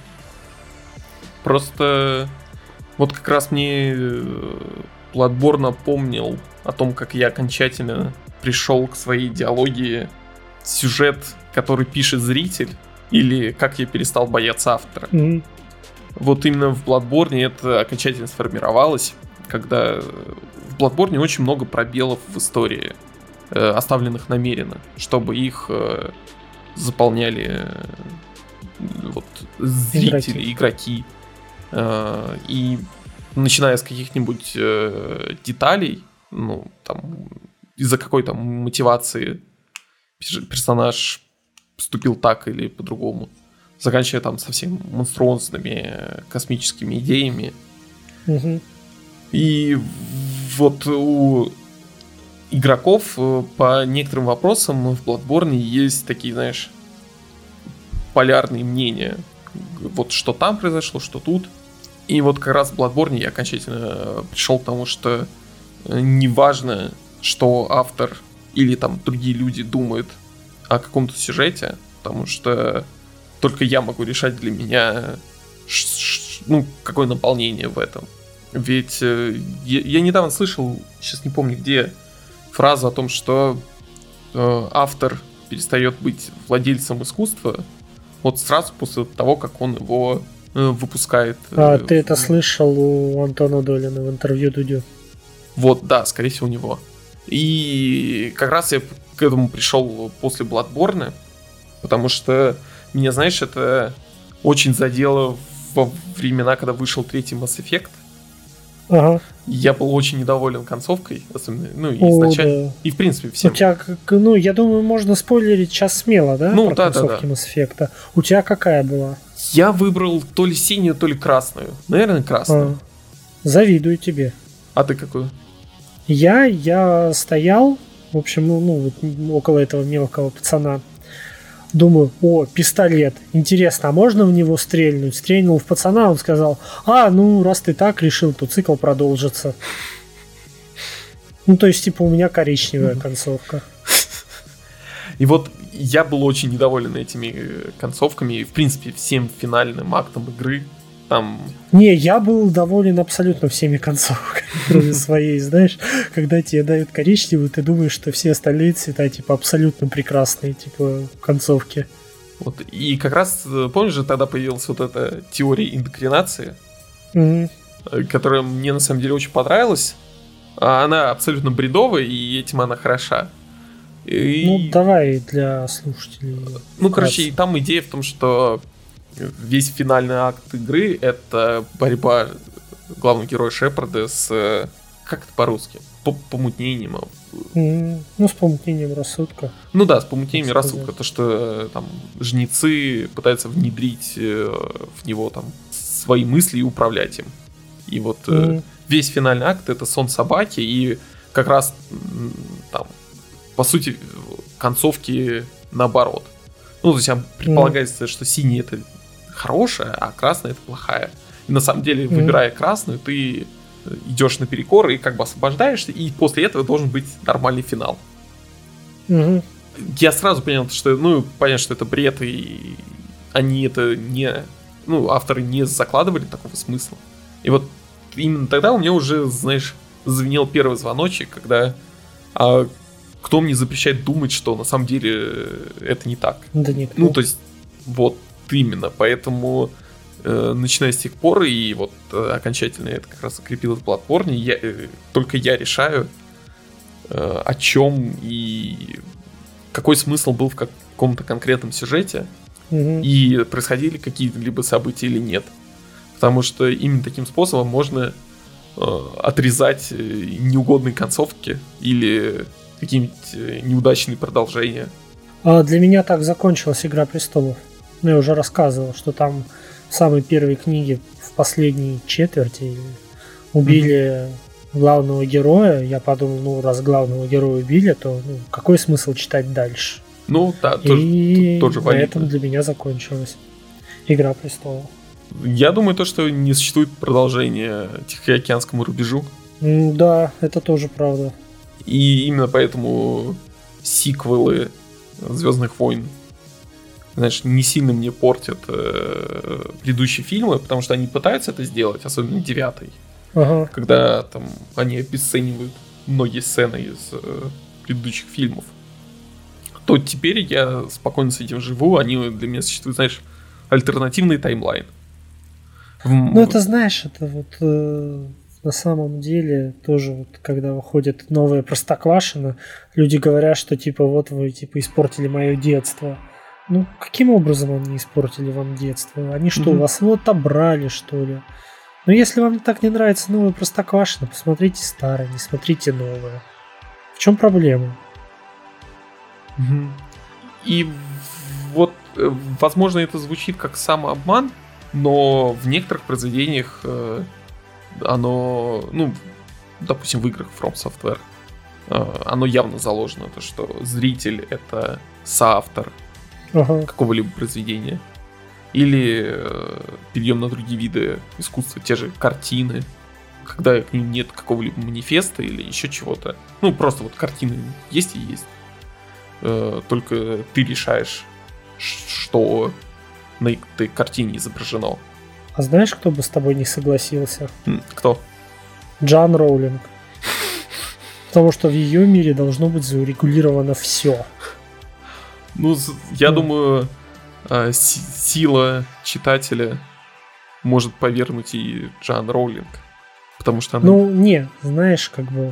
Просто вот как раз мне Bloodborne напомнил о том, как я окончательно пришел к своей идеологии. Сюжет, который пишет зритель, или как я перестал бояться автора. Mm-hmm. Вот именно в Bloodborne это окончательно сформировалось, когда в Bloodborne очень много пробелов в истории, э, оставленных намеренно, чтобы их э, заполняли э, вот, зрители, игроки. игроки. Э, и начиная с каких-нибудь э, деталей, ну, там, из-за какой-то мотивации персонаж поступил так или по-другому, заканчивая там совсем монструозными космическими идеями. Угу. И вот у игроков по некоторым вопросам в Bloodborne есть такие, знаешь, полярные мнения. Вот что там произошло, что тут. И вот как раз в Bloodborne я окончательно пришел к тому, что неважно, что автор или там другие люди думают о каком-то сюжете, потому что только я могу решать для меня, ну, какое наполнение в этом. Ведь э, я, я недавно слышал, сейчас не помню где, фразу о том, что э, автор перестает быть владельцем искусства вот сразу после того, как он его э, выпускает. А э, ты это слышал у Антона Долина в интервью Дудю? Вот, да, скорее всего, у него. И как раз я к этому пришел после Bloodborne, потому что меня, знаешь, это очень задело во времена, когда вышел третий Mass Effect. Ага. Я был очень недоволен концовкой, особенно, ну, О, изначально. Да. И, в принципе, всем. У тебя, ну, я думаю, можно спойлерить сейчас смело, да? Ну, про да, концовки да, да. Mass Effect. У тебя какая была? Я выбрал то ли синюю, то ли красную. Наверное, красную. А, завидую тебе. А ты какую? Я, я стоял, в общем, ну, ну, вот около этого мелкого пацана. Думаю, о, пистолет, интересно, а можно в него стрельнуть? Стрельнул в пацана, он сказал, а, ну, раз ты так решил, то цикл продолжится. Ну, то есть, типа, у меня коричневая концовка. И вот я был очень недоволен этими концовками и, в принципе, всем финальным актом игры. Там... Не, я был доволен абсолютно всеми концовками, кроме своей, знаешь, когда тебе дают коричневую, ты думаешь, что все остальные цвета, типа, абсолютно прекрасные, типа, концовки. Вот, и как раз, помнишь же, тогда появилась вот эта теория индокринации, mm-hmm. которая мне, на самом деле, очень понравилась. Она абсолютно бредовая, и этим она хороша. И... Ну, давай для слушателей. Ну, короче, и там идея в том, что весь финальный акт игры — это борьба главного героя Шепарда с... Как это по-русски? Помутнением. Mm, ну, с помутнением рассудка. Ну да, с помутнением рассудка. То, что там жнецы пытаются внедрить в него там свои мысли и управлять им. И вот mm. весь финальный акт — это сон собаки, и как раз там, по сути, концовки наоборот. Ну, то есть предполагается, mm. что синий — это хорошая, а красная — это плохая. И на самом деле, выбирая mm. красную, ты идешь наперекор и как бы освобождаешься, и после этого должен быть нормальный финал. Mm-hmm. Я сразу понял, что, ну, понятно, что это бред, и они это не... Ну, авторы не закладывали такого смысла. И вот именно тогда у меня уже, знаешь, зазвенел первый звоночек, когда... А, кто мне запрещает думать, что на самом деле это не так? Да никто. Ну, то есть, вот именно. Поэтому, э, начиная с тех пор, и вот э, окончательно это как раз закрепилось в Bloodborne, я, э, только я решаю, э, о чем и какой смысл был в каком-то конкретном сюжете, угу. и происходили какие-либо события или нет. Потому что именно таким способом можно э, отрезать неугодные концовки или какие-нибудь неудачные продолжения. А для меня так закончилась «Игра престолов». Ну, я уже рассказывал, что там в самой первой книге в последней четверти убили mm-hmm. главного героя. Я подумал, ну, раз главного героя убили, то ну, какой смысл читать дальше? Ну, да, и тоже, тоже на этом для меня закончилась «Игра престолов». Я думаю, то, что не существует продолжения Тихоокеанскому рубежу. Mm, да, это тоже правда. И именно поэтому сиквелы «Звездных войн», знаешь, не сильно мне портят э, предыдущие фильмы, потому что они пытаются это сделать, особенно девятый, ага. когда там они обесценивают многие сцены из э, предыдущих фильмов. То теперь я спокойно с этим живу, они для меня существуют, знаешь, альтернативный таймлайн. Ну, это, знаешь, это вот э, на самом деле тоже вот, когда выходит новое Простоквашино, люди говорят, что типа вот вы типа испортили мое детство. Ну, каким образом они испортили вам детство? Они что, mm-hmm. вас вот отобрали, что ли? Ну, если вам так не нравится новое Простоквашино, посмотрите старое, не смотрите новое. В чем проблема? Mm-hmm. И вот, возможно, это звучит как самообман, но в некоторых произведениях э, оно, ну, допустим, в играх From Software, э, оно явно заложено, то, что зритель — это соавтор ага. какого-либо произведения. Или э, перейдем на другие виды искусства, те же картины, когда к ним нет какого-либо манифеста или еще чего-то. Ну, просто вот картины есть и есть. Э, только ты решаешь, что на этой картине изображено. А знаешь, кто бы с тобой не согласился? Кто? Джоан Роулинг. Потому что в ее мире должно быть зарегулировано все. Ну, я mm. думаю, сила читателя может повернуть и Джоан Роулинг. Потому что она... Ну, не, знаешь, как бы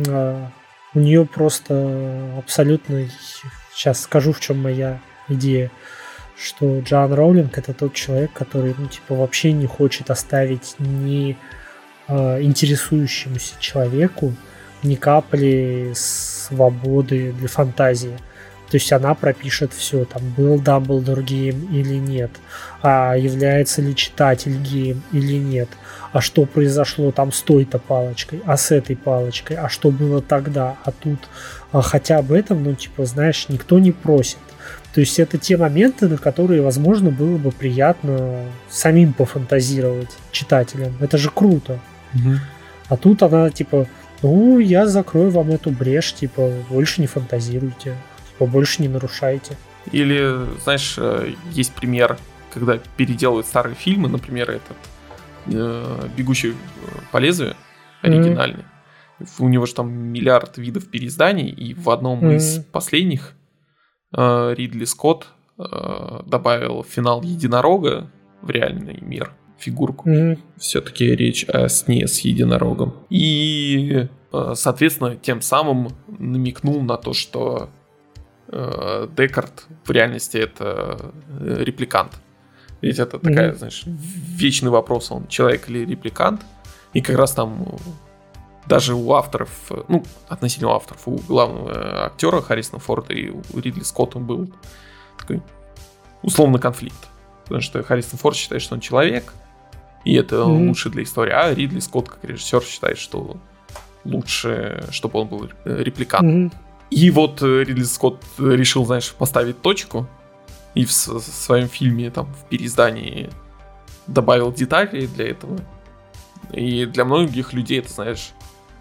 у нее просто абсолютно... Сейчас скажу, в чем моя идея. Что Джоан Роулинг — это тот человек, который, ну, типа, вообще не хочет оставить ни э, интересующемуся человеку ни капли свободы для фантазии. То есть она пропишет все, там, был Дамблдор геем или нет, а является ли читатель геем или нет, а что произошло там с той-то палочкой, а с этой палочкой, а что было тогда, а тут а, хотя об этом, ну, типа, знаешь, никто не просит. То есть это те моменты, на которые, возможно, было бы приятно самим пофантазировать читателям. Это же круто. Угу. А тут она, типа, ну, я закрою вам эту брешь, типа, больше не фантазируйте, типа, больше не нарушайте. Или, знаешь, есть пример, когда переделывают старые фильмы, например, этот э, «Бегущий по лезвию» оригинальный. Mm-hmm. У него же там миллиард видов переизданий, и в одном mm-hmm. из последних Ридли Скотт э, добавил финал единорога в реальный мир, фигурку. Mm-hmm. Все-таки речь о сне с единорогом. И, э, соответственно, тем самым намекнул на то, что э, Декард в реальности это э, репликант. Ведь это mm-hmm. такая, знаешь, вечный вопрос, он человек или репликант. И как раз там даже у авторов, ну, относительно авторов, у главного актера Харрисона Форда и у Ридли Скотта был такой условный конфликт. Потому что Харрисон Форд считает, что он человек, и это mm-hmm. лучше для истории, а Ридли Скотт, как режиссер, считает, что лучше, чтобы он был репликантом. Mm-hmm. И вот Ридли Скотт решил, знаешь, поставить точку, и в своем фильме, там, в переиздании добавил детали для этого. И для многих людей это, знаешь,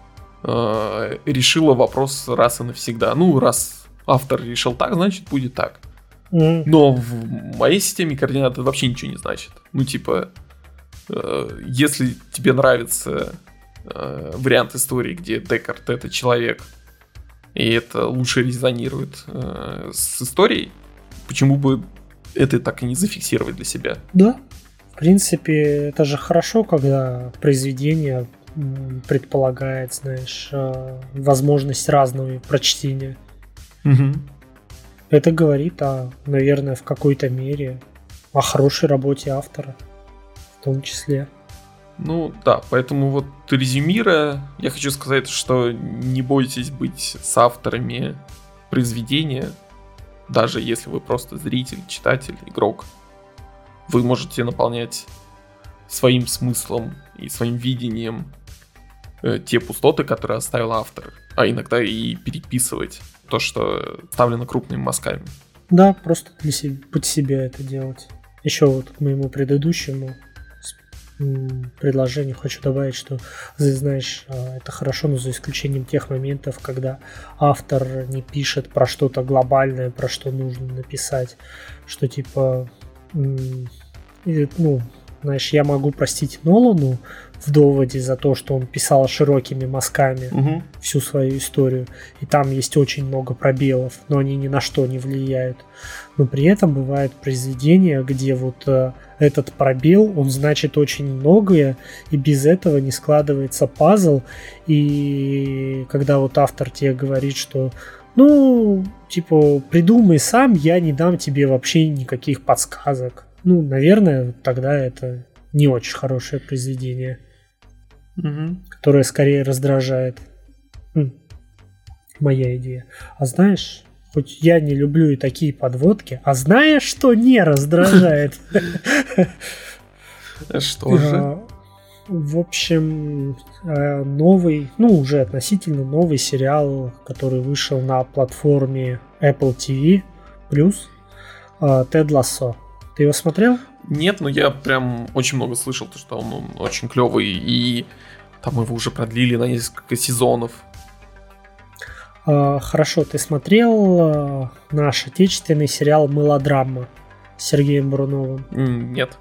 решила вопрос раз и навсегда. Ну, раз автор решил так, значит, будет так. Mm-hmm. Но в моей системе координат это вообще ничего не значит. Ну, типа, э, если тебе нравится э, вариант истории, где Декард — это человек, и это лучше резонирует э, с историей, почему бы это так и не зафиксировать для себя? Да, в принципе, это же хорошо, когда произведение предполагает, знаешь, возможность разного прочтения. Угу. Это говорит о, наверное, в какой-то мере о хорошей работе автора, в том числе. Ну да, поэтому вот резюмируя, я хочу сказать, что не бойтесь быть с авторами произведения, даже если вы просто зритель, читатель, игрок. Вы можете наполнять своим смыслом и своим видением э, те пустоты, которые оставил автор, а иногда и переписывать то, что вставлено крупными мазками. Да, просто для себя, под себя это делать. Еще вот к моему предыдущему предложению хочу добавить, что, знаешь, это хорошо, но за исключением тех моментов, когда автор не пишет про что-то глобальное, про что нужно написать, что типа, ну, знаешь, я могу простить Нолану в доводе за то, что он писал широкими мазками угу. всю свою историю, и там есть очень много пробелов, но они ни на что не влияют. Но при этом бывают произведения, где вот э, этот пробел, он значит очень многое, и без этого не складывается пазл, и когда вот автор тебе говорит, что ну, типа, придумай сам, я не дам тебе вообще никаких подсказок. Ну, наверное, тогда это не очень хорошее произведение, угу. которое скорее раздражает. М, моя идея. А знаешь, хоть я не люблю и такие подводки, а знаешь, что не раздражает? Что же? В общем, новый, ну, уже относительно новый сериал, который вышел на платформе Apple ти ви плюс, Тед Лассо. Ты его смотрел? Нет, но я прям очень много слышал, что он, он очень клевый, и там его уже продлили на несколько сезонов. Хорошо, ты смотрел наш отечественный сериал «Мылодрама» с Сергеем Буруновым? Нет.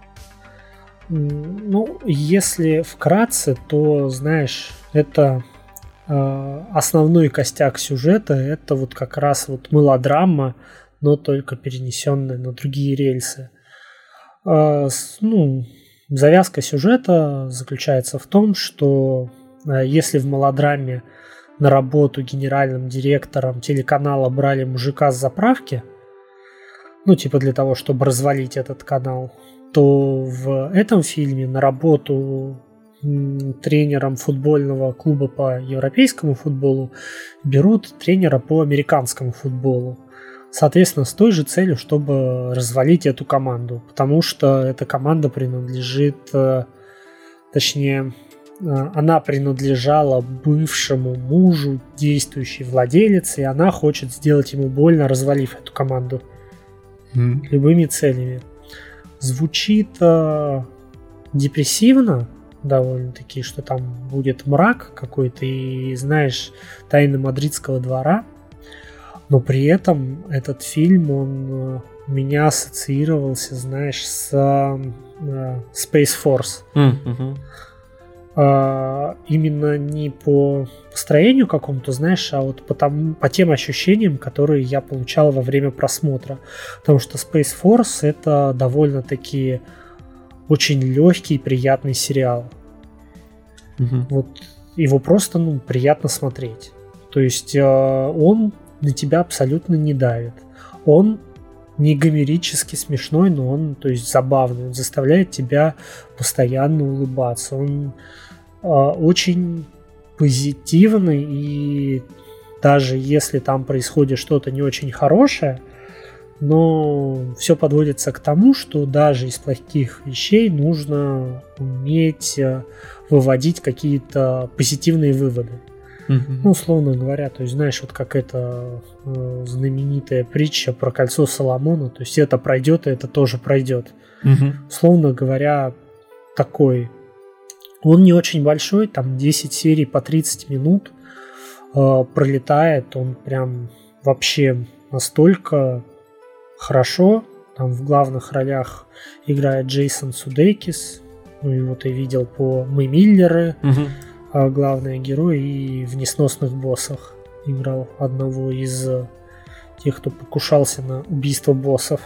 Ну, если вкратце, то, знаешь, это э, основной костяк сюжета, это вот как раз вот мылодрама, но только перенесенная на другие рельсы. Э, с, ну, завязка сюжета заключается в том, что э, если в мылодраме на работу генеральным директором телеканала брали мужика с заправки, ну, типа для того, чтобы развалить этот канал, то в этом фильме на работу тренером футбольного клуба по европейскому футболу берут тренера по американскому футболу. Соответственно, с той же целью, чтобы развалить эту команду. Потому что эта команда принадлежит, точнее, она принадлежала бывшему мужу действующей владелицы, и она хочет сделать ему больно, развалив эту команду mm. любыми целями. Звучит э, депрессивно довольно-таки, что там будет мрак какой-то и, знаешь, тайны мадридского двора. Но при этом этот фильм, он э, у меня ассоциировался, знаешь, с э, Space Force. Mm-hmm. Э, именно не по построению какому-то, знаешь, а вот по, тому, по тем ощущениям, которые я получал во время просмотра. Потому что Space Force — это довольно-таки очень легкий и приятный сериал. Mm-hmm. Вот его просто, ну, приятно смотреть. То есть э, он на тебя абсолютно не давит. Он не гомерически смешной, но он, то есть, забавный. Он заставляет тебя постоянно улыбаться. Он э, очень позитивный, и даже если там происходит что-то не очень хорошее, но все подводится к тому, что даже из плохих вещей нужно уметь выводить какие-то позитивные выводы. Mm-hmm. Ну, условно говоря, то есть, знаешь, вот как эта э, знаменитая притча про кольцо Соломона, то есть это пройдет, и это тоже пройдет. Mm-hmm. Условно говоря, такой. Он не очень большой, там десять серий по тридцать минут э, пролетает, он прям вообще настолько хорошо. Там в главных ролях играет Джейсон Судейкис, ну его ты видел по «Мы Миллеры», mm-hmm. а главный герой, и в «Несносных боссах» играл одного из тех, кто покушался на убийство боссов.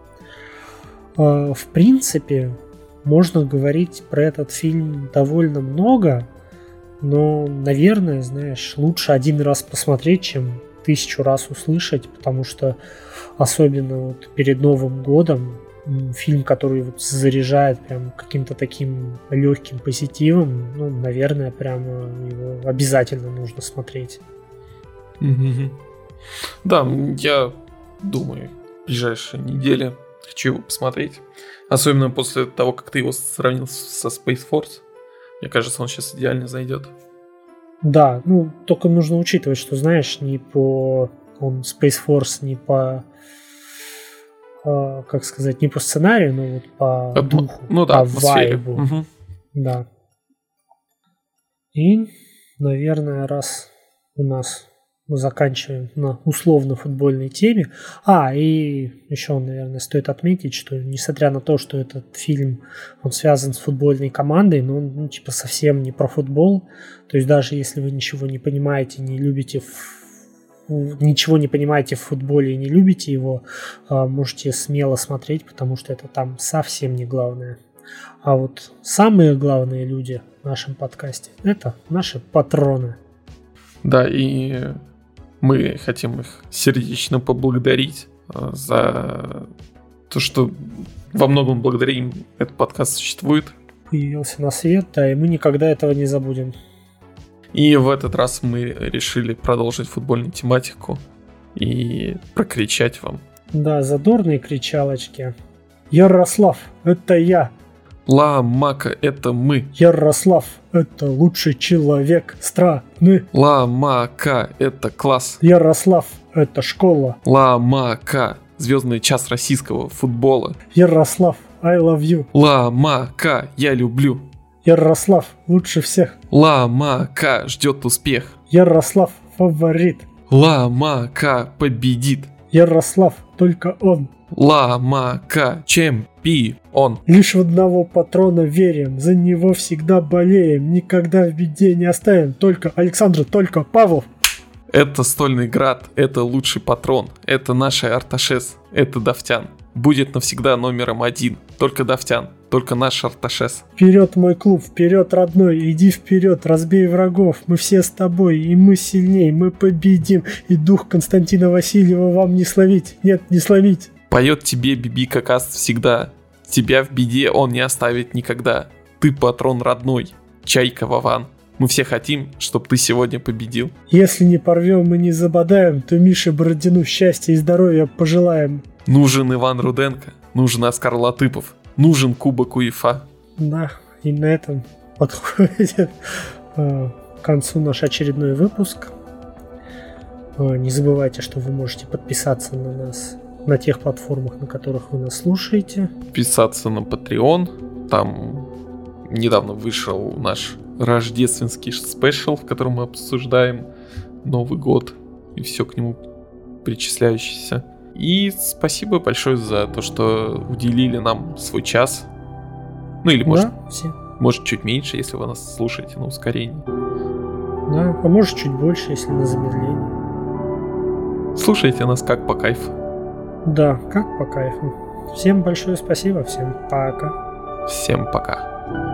Э, в принципе, можно говорить про этот фильм довольно много, но, наверное, знаешь, лучше один раз посмотреть, чем тысячу раз услышать, потому что особенно вот перед Новым годом фильм, который вот заряжает прям каким-то таким легким позитивом, ну, наверное, прямо его обязательно нужно смотреть. Mm-hmm. Да, я думаю, в ближайшие недели хочу его посмотреть. Особенно после того, как ты его сравнил со Space Force. Мне кажется, он сейчас идеально зайдет. Да, ну, только нужно учитывать, что, знаешь, не по... Он Space Force не по... как сказать, не по сценарию, но вот по а, духу, ну, да, по вайбу. Угу. Да. И, наверное, раз у нас мы заканчиваем на условно-футбольной теме. А, и еще, наверное, стоит отметить, что несмотря на то, что этот фильм, он связан с футбольной командой, но он, ну, типа, совсем не про футбол. То есть даже если вы ничего не понимаете, не любите ничего не понимаете в футболе и не любите его, можете смело смотреть, потому что это там совсем не главное. А вот самые главные люди в нашем подкасте — это наши патроны. Да, и мы хотим их сердечно поблагодарить за то, что во многом благодаря им этот подкаст существует. Появился на свет, да, и мы никогда этого не забудем. И в этот раз мы решили продолжить футбольную тематику и прокричать вам. Да, задорные кричалочки. Ярослав, это я. Ла Мака, это мы. Ярослав, это лучший человек страны. Ла Мака, это класс. Ярослав, это школа. Ла Мака, звездный час российского футбола. Ярослав, I love you. Ла Мака, я люблю. Ярослав лучше всех. Ла Мака ждет успех. Ярослав фаворит. Ла Мака победит. Ярослав только он. Ла Мака чемпион. Лишь в одного патрона верим, за него всегда болеем, никогда в беде не оставим. Только Александр, только Павлов. Это Стольный Град, это лучший патрон, это наш Арташес, это Давтян. Будет навсегда номером один. Только Давтян, только наш Арташес. Вперед, мой клуб, вперед, родной, иди вперед, разбей врагов. Мы все с тобой, и мы сильней, мы победим. И дух Константина Васильева вам не словить, нет, не словить. Поет тебе Бибика Каст всегда. Тебя в беде он не оставит никогда. Ты патрон родной, Чайка Вован. Мы все хотим, чтобы ты сегодня победил. Если не порвем и не забодаем, то Мише Бородину счастья и здоровья пожелаем. Нужен Иван Руденко, нужен Оскар Латыпов, нужен Кубок УЕФА. Да, и на этом подходит к концу наш очередной выпуск. Не забывайте, что вы можете подписаться на нас на тех платформах, на которых вы нас слушаете. Подписаться на Patreon. Там недавно вышел наш рождественский спешл, в котором мы обсуждаем Новый год и все к нему причисляющееся. И спасибо большое за то, что уделили нам свой час. Ну или может, да, все. может чуть меньше, если вы нас слушаете на ускорении. Да, а может чуть больше, если на замедление. Слушайте нас как по кайфу. Да, как по кайфу. Всем большое спасибо, всем пока. Всем пока.